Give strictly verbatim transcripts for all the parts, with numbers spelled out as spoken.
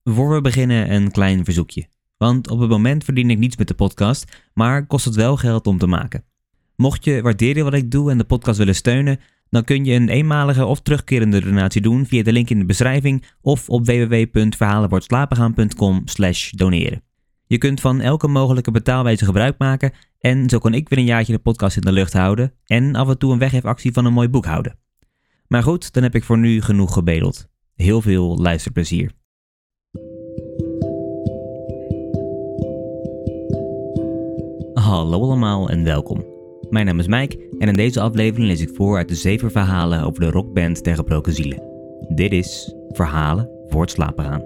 Voor we beginnen een klein verzoekje. Want op het moment verdien ik niets met de podcast, maar kost het wel geld om te maken. Mocht je waarderen wat ik doe en de podcast willen steunen, dan kun je een eenmalige of terugkerende donatie doen via de link in de beschrijving of op w w w punt verhalenvoortslapengaan punt com slash doneren. Je kunt van elke mogelijke betaalwijze gebruik maken en zo kan ik weer een jaartje de podcast in de lucht houden en af en toe een weggeefactie van een mooi boek houden. Maar goed, dan heb ik voor nu genoeg gebedeld. Heel veel luisterplezier. Hallo allemaal en welkom. Mijn naam is Mike en in deze aflevering lees ik voor uit de zeven verhalen over de rockband Der Gebroken Zielen. Dit is Verhalen voor het slapen gaan.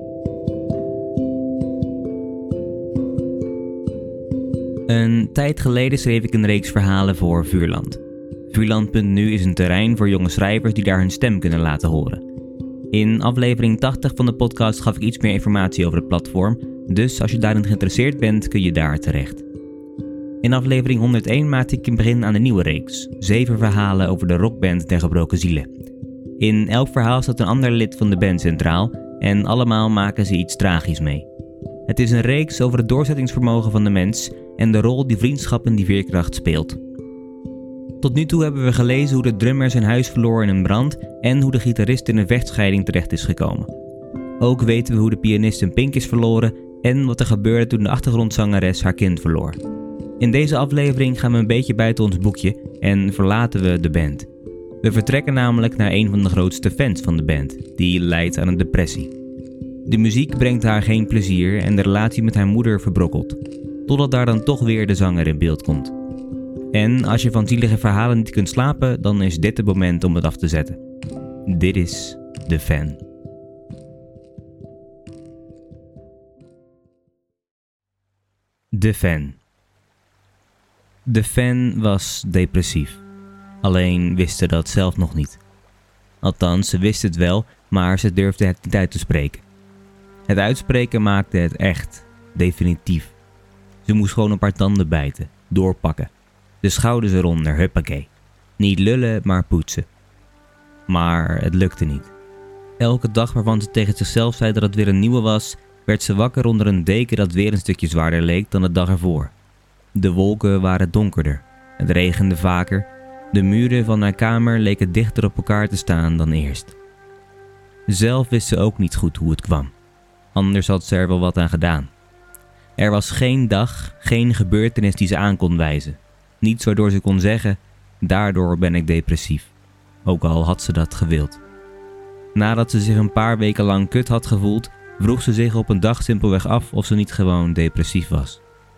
Een tijd geleden schreef ik een reeks verhalen voor Vuurland. Vuurland punt n u is een terrein voor jonge schrijvers die daar hun stem kunnen laten horen. In aflevering tachtig van de podcast gaf ik iets meer informatie over het platform, dus als je daarin geïnteresseerd bent kun je daar terecht. In aflevering honderdéén maakte ik een begin aan de nieuwe reeks, zeven verhalen over de rockband Der Gebroken Zielen. In elk verhaal staat een ander lid van de band centraal en allemaal maken ze iets tragisch mee. Het is een reeks over het doorzettingsvermogen van de mens en de rol die vriendschap en die veerkracht speelt. Tot nu toe hebben we gelezen hoe de drummer zijn huis verloor in een brand en hoe de gitarist in een vechtscheiding terecht is gekomen. Ook weten we hoe de pianist een pink is verloren en wat er gebeurde toen de achtergrondzangeres haar kind verloor. In deze aflevering gaan we een beetje buiten ons boekje en verlaten we de band. We vertrekken namelijk naar een van de grootste fans van de band, die lijdt aan een depressie. De muziek brengt haar geen plezier en de relatie met haar moeder verbrokkelt, totdat daar dan toch weer de zanger in beeld komt. En als je van zielige verhalen niet kunt slapen, dan is dit het moment om het af te zetten. Dit is De Fan. De Fan. De fan was depressief. Alleen wist ze dat zelf nog niet. Althans, ze wist het wel, maar ze durfde het niet uit te spreken. Het uitspreken maakte het echt, definitief. Ze moest gewoon een paar tanden bijten, doorpakken. De schouders eronder, huppakee. Niet lullen, maar poetsen. Maar het lukte niet. Elke dag waarvan ze tegen zichzelf zei dat het weer een nieuwe was, werd ze wakker onder een deken dat weer een stukje zwaarder leek dan de dag ervoor. De wolken waren donkerder, het regende vaker, de muren van haar kamer leken dichter op elkaar te staan dan eerst. Zelf wist ze ook niet goed hoe het kwam, anders had ze er wel wat aan gedaan. Er was geen dag, geen gebeurtenis die ze aan kon wijzen, niets waardoor ze kon zeggen, daardoor ben ik depressief, ook al had ze dat gewild. Nadat ze zich een paar weken lang kut had gevoeld, vroeg ze zich op een dag simpelweg af of ze niet gewoon depressief was.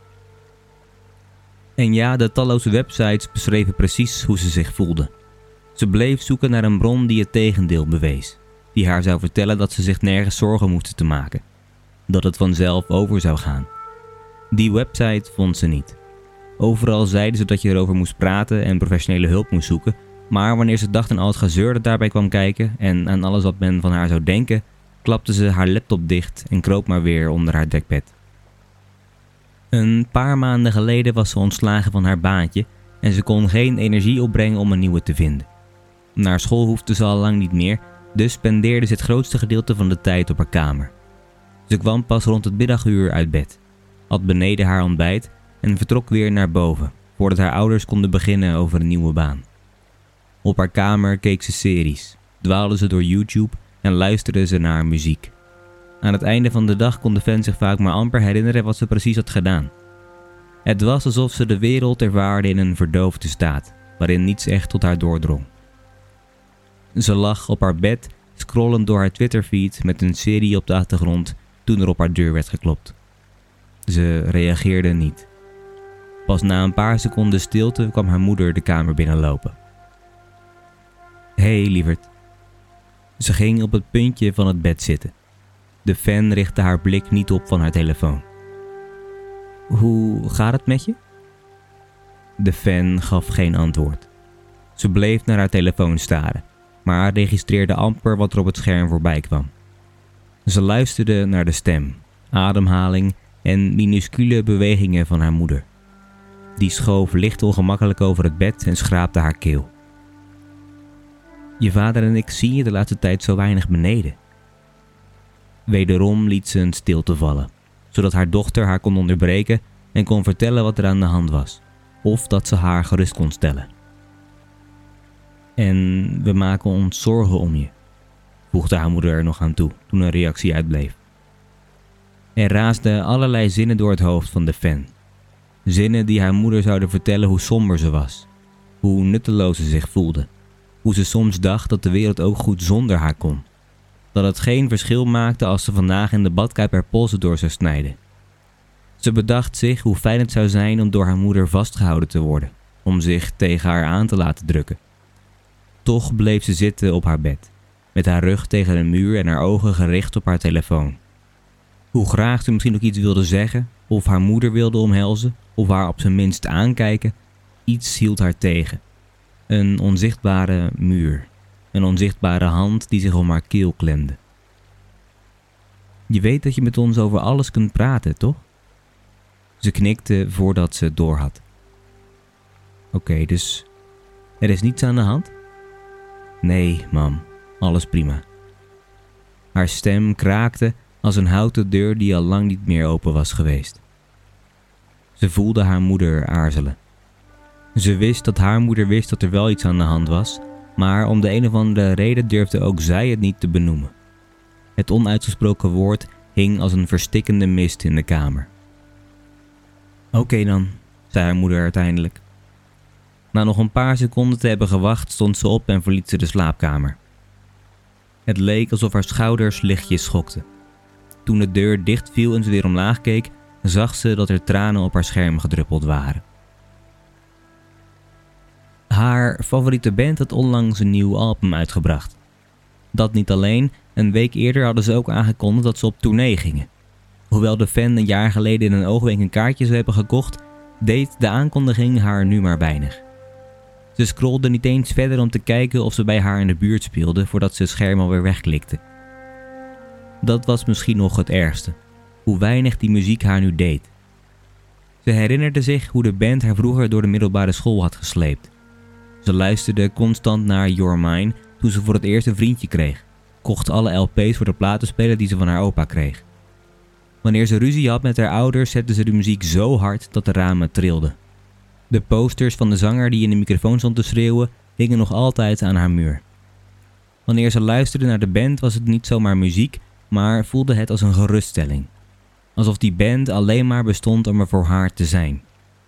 En ja, de talloze websites beschreven precies hoe ze zich voelde. Ze bleef zoeken naar een bron die het tegendeel bewees. Die haar zou vertellen dat ze zich nergens zorgen moesten te maken. Dat het vanzelf over zou gaan. Die website vond ze niet. Overal zeiden ze dat je erover moest praten en professionele hulp moest zoeken. Maar wanneer ze dacht aan al het gezeur dat daarbij kwam kijken en aan alles wat men van haar zou denken, klapte ze haar laptop dicht en kroop maar weer onder haar dekbed. Een paar maanden geleden was ze ontslagen van haar baantje en ze kon geen energie opbrengen om een nieuwe te vinden. Naar school hoefde ze al lang niet meer, dus spendeerde ze het grootste gedeelte van de tijd op haar kamer. Ze kwam pas rond het middaguur uit bed, at beneden haar ontbijt en vertrok weer naar boven, voordat haar ouders konden beginnen over een nieuwe baan. Op haar kamer keek ze series, dwaalde ze door YouTube en luisterde ze naar muziek. Aan het einde van de dag kon de fan zich vaak maar amper herinneren wat ze precies had gedaan. Het was alsof ze de wereld ervaarde in een verdoofde staat, waarin niets echt tot haar doordrong. Ze lag op haar bed, scrollend door haar Twitterfeed met een serie op de achtergrond toen er op haar deur werd geklopt. Ze reageerde niet. Pas na een paar seconden stilte kwam haar moeder de kamer binnenlopen. Hé, hey, lieverd. Ze ging op het puntje van het bed zitten. De fan richtte haar blik niet op van haar telefoon. Hoe gaat het met je? De fan gaf geen antwoord. Ze bleef naar haar telefoon staren, maar registreerde amper wat er op het scherm voorbij kwam. Ze luisterde naar de stem, ademhaling en minuscule bewegingen van haar moeder. Die schoof licht ongemakkelijk over het bed en schraapte haar keel. Je vader en ik zien je de laatste tijd zo weinig beneden. Wederom liet ze een stilte vallen, zodat haar dochter haar kon onderbreken en kon vertellen wat er aan de hand was, of dat ze haar gerust kon stellen. En we maken ons zorgen om je, voegde haar moeder er nog aan toe toen een reactie uitbleef. Er raasden allerlei zinnen door het hoofd van de fan. Zinnen die haar moeder zouden vertellen hoe somber ze was, hoe nutteloos ze zich voelde, hoe ze soms dacht dat de wereld ook goed zonder haar kon. Dat het geen verschil maakte als ze vandaag in de badkuip haar polsen door zou snijden. Ze bedacht zich hoe fijn het zou zijn om door haar moeder vastgehouden te worden, om zich tegen haar aan te laten drukken. Toch bleef ze zitten op haar bed, met haar rug tegen een muur en haar ogen gericht op haar telefoon. Hoe graag ze misschien ook iets wilde zeggen, of haar moeder wilde omhelzen, of haar op zijn minst aankijken, iets hield haar tegen. Een onzichtbare muur, een onzichtbare hand die zich om haar keel klemde. Je weet dat je met ons over alles kunt praten, toch? Ze knikte voordat ze het doorhad. Oké, okay, dus er is niets aan de hand? Nee, mam, alles prima. Haar stem kraakte als een houten deur die al lang niet meer open was geweest. Ze voelde haar moeder aarzelen. Ze wist dat haar moeder wist dat er wel iets aan de hand was, maar om de een of andere reden durfde ook zij het niet te benoemen. Het onuitgesproken woord hing als een verstikkende mist in de kamer. Oké okay dan, zei haar moeder uiteindelijk. Na nog een paar seconden te hebben gewacht, stond ze op en verliet ze de slaapkamer. Het leek alsof haar schouders lichtjes schokten. Toen de deur dichtviel en ze weer omlaag keek, zag ze dat er tranen op haar scherm gedruppeld waren. Haar favoriete band had onlangs een nieuw album uitgebracht. Dat niet alleen, een week eerder hadden ze ook aangekondigd dat ze op tournee gingen. Hoewel de fan een jaar geleden in een oogwenk een kaartje zou hebben gekocht, deed de aankondiging haar nu maar weinig. Ze scrollde niet eens verder om te kijken of ze bij haar in de buurt speelde voordat ze het scherm alweer wegklikte. Dat was misschien nog het ergste, hoe weinig die muziek haar nu deed. Ze herinnerde zich hoe de band haar vroeger door de middelbare school had gesleept. Ze luisterde constant naar You're Mine toen ze voor het eerst een vriendje kreeg, kocht alle L P's voor de platenspeler die ze van haar opa kreeg. Wanneer ze ruzie had met haar ouders, zette ze de muziek zo hard dat de ramen trilden. De posters van de zanger die in de microfoon stond te schreeuwen, hingen nog altijd aan haar muur. Wanneer ze luisterde naar de band was het niet zomaar muziek, maar voelde het als een geruststelling. Alsof die band alleen maar bestond om er voor haar te zijn.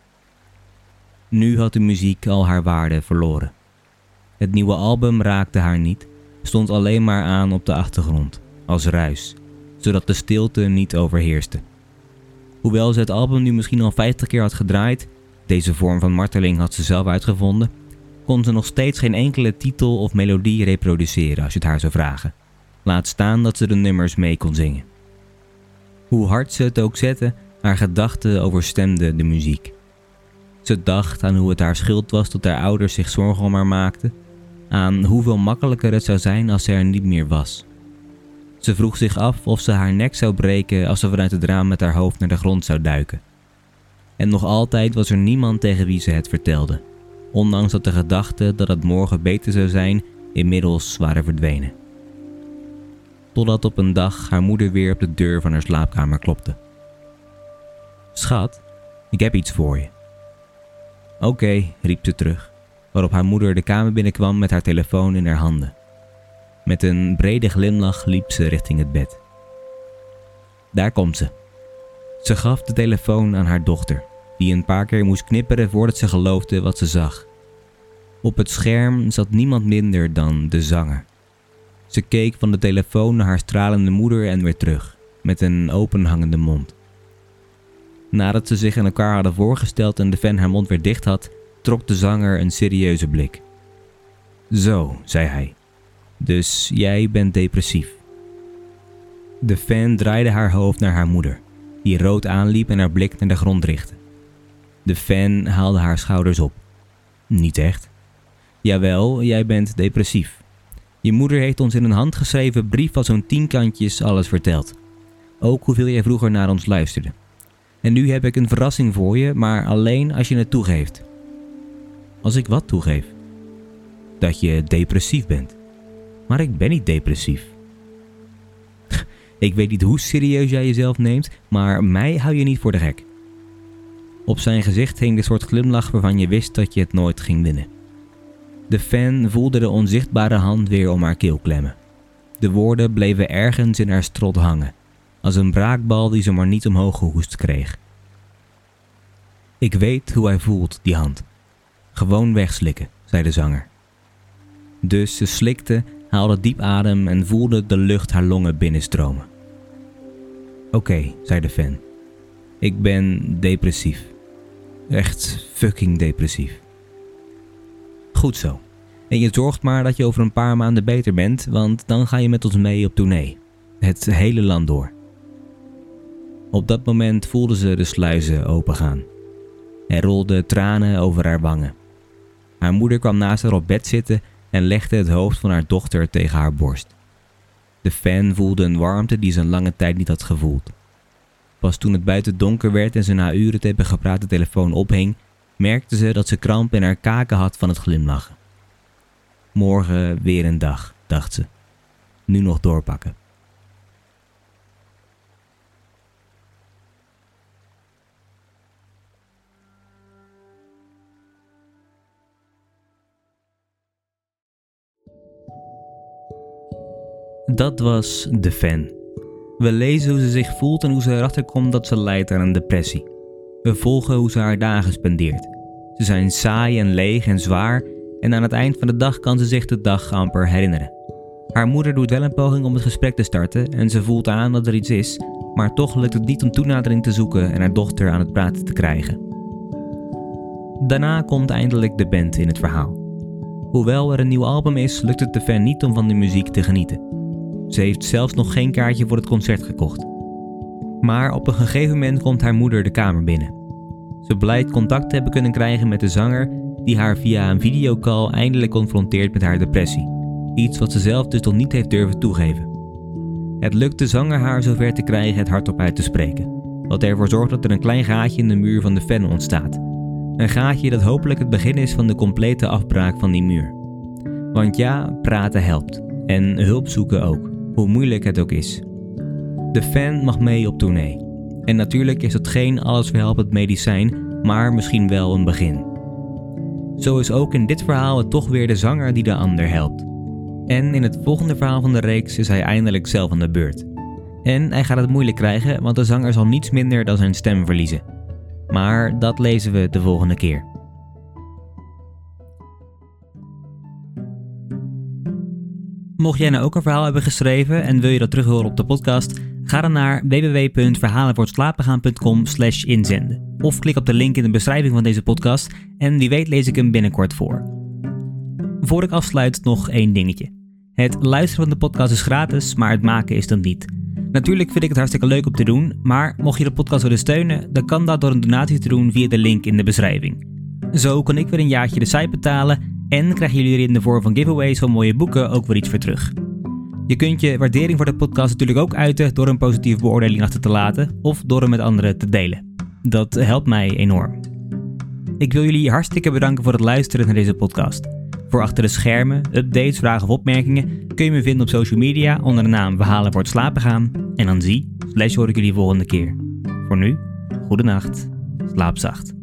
Nu had de muziek al haar waarde verloren. Het nieuwe album raakte haar niet, stond alleen maar aan op de achtergrond, als ruis, zodat de stilte niet overheerste. Hoewel ze het album nu misschien al vijftig keer had gedraaid, deze vorm van marteling had ze zelf uitgevonden, kon ze nog steeds geen enkele titel of melodie reproduceren als je het haar zou vragen. Laat staan dat ze de nummers mee kon zingen. Hoe hard ze het ook zette, haar gedachten overstemden de muziek. Ze dacht aan hoe het haar schuld was dat haar ouders zich zorgen om haar maakten, aan hoeveel makkelijker het zou zijn als ze er niet meer was. Ze vroeg zich af of ze haar nek zou breken als ze vanuit het raam met haar hoofd naar de grond zou duiken. En nog altijd was er niemand tegen wie ze het vertelde, ondanks dat de gedachten dat het morgen beter zou zijn inmiddels waren verdwenen. Totdat op een dag haar moeder weer op de deur van haar slaapkamer klopte. Schat, ik heb iets voor je. Oké, okay, riep ze terug, waarop haar moeder de kamer binnenkwam met haar telefoon in haar handen. Met een brede glimlach liep ze richting het bed. Daar komt ze. Ze gaf de telefoon aan haar dochter, die een paar keer moest knipperen voordat ze geloofde wat ze zag. Op het scherm zat niemand minder dan de zanger. Ze keek van de telefoon naar haar stralende moeder en weer terug, met een openhangende mond. Nadat ze zich aan elkaar hadden voorgesteld en de fan haar mond weer dicht had, trok de zanger een serieuze blik. Zo, zei hij. Dus jij bent depressief. De fan draaide haar hoofd naar haar moeder, die rood aanliep en haar blik naar de grond richtte. De fan haalde haar schouders op. Niet echt. Jawel, jij bent depressief. Je moeder heeft ons in een handgeschreven brief van zo'n tien kantjes alles verteld. Ook hoeveel jij vroeger naar ons luisterde. En nu heb ik een verrassing voor je, maar alleen als je het toegeeft. Als ik wat toegeef? Dat je depressief bent. Maar ik ben niet depressief. Ik weet niet hoe serieus jij jezelf neemt, maar mij hou je niet voor de gek. Op zijn gezicht hing de soort glimlach waarvan je wist dat je het nooit ging winnen. De fan voelde de onzichtbare hand weer om haar keel klemmen. De woorden bleven ergens in haar strot hangen, als een braakbal die ze maar niet omhoog gehoest kreeg. Ik weet hoe hij voelt, die hand. Gewoon wegslikken, zei de zanger. Dus ze slikte, haalde diep adem en voelde de lucht haar longen binnenstromen. Oké, okay, zei de fan. Ik ben depressief. Echt fucking depressief. Goed zo. En je zorgt maar dat je over een paar maanden beter bent, want dan ga je met ons mee op tournee. Het hele land door. Op dat moment voelde ze de sluizen opengaan. Er rolden tranen over haar wangen. Haar moeder kwam naast haar op bed zitten en legde het hoofd van haar dochter tegen haar borst. De fan voelde een warmte die ze een lange tijd niet had gevoeld. Pas toen het buiten donker werd en ze na uren te hebben gepraat de telefoon ophing, merkte ze dat ze kramp in haar kaken had van het glimlachen. Morgen weer een dag, dacht ze. Nu nog doorpakken. Dat was de fan. We lezen hoe ze zich voelt en hoe ze erachter komt dat ze lijdt aan een depressie. We volgen hoe ze haar dagen spendeert. Ze zijn saai en leeg en zwaar en aan het eind van de dag kan ze zich de dag amper herinneren. Haar moeder doet wel een poging om het gesprek te starten en ze voelt aan dat er iets is, maar toch lukt het niet om toenadering te zoeken en haar dochter aan het praten te krijgen. Daarna komt eindelijk de band in het verhaal. Hoewel er een nieuw album is, lukt het de fan niet om van de muziek te genieten. Ze heeft zelfs nog geen kaartje voor het concert gekocht. Maar op een gegeven moment komt haar moeder de kamer binnen. Ze blijkt contact te hebben kunnen krijgen met de zanger die haar via een videocall eindelijk confronteert met haar depressie. Iets wat ze zelf dus nog niet heeft durven toegeven. Het lukt de zanger haar zover te krijgen het hardop uit te spreken. Wat ervoor zorgt dat er een klein gaatje in de muur van de fan ontstaat. Een gaatje dat hopelijk het begin is van de complete afbraak van die muur. Want ja, praten helpt. En hulp zoeken ook. Hoe moeilijk het ook is. De fan mag mee op tournee. En natuurlijk is dat geen allesverhelpend medicijn, maar misschien wel een begin. Zo is ook in dit verhaal het toch weer de zanger die de ander helpt. En in het volgende verhaal van de reeks is hij eindelijk zelf aan de beurt. En hij gaat het moeilijk krijgen, want de zanger zal niets minder dan zijn stem verliezen. Maar dat lezen we de volgende keer. Mocht jij nou ook een verhaal hebben geschreven en wil je dat terug horen op de podcast, ga dan naar w w w punt verhalenvoortslapengaan punt com slash inzenden. Of klik op de link in de beschrijving van deze podcast en wie weet lees ik hem binnenkort voor. Voor ik afsluit nog één dingetje. Het luisteren van de podcast is gratis, maar het maken is dan niet. Natuurlijk vind ik het hartstikke leuk om te doen, maar mocht je de podcast willen steunen, dan kan dat door een donatie te doen via de link in de beschrijving. Zo kan ik weer een jaartje de site betalen en krijgen jullie er in de vorm van giveaways van mooie boeken ook weer iets voor terug. Je kunt je waardering voor de podcast natuurlijk ook uiten door een positieve beoordeling achter te laten of door hem met anderen te delen. Dat helpt mij enorm. Ik wil jullie hartstikke bedanken voor het luisteren naar deze podcast. Voor achter de schermen, updates, vragen of opmerkingen kun je me vinden op social media onder de naam Verhalen voor het slapen gaan. En dan zie, slash hoor ik jullie volgende keer. Voor nu, goedenacht, slaap zacht.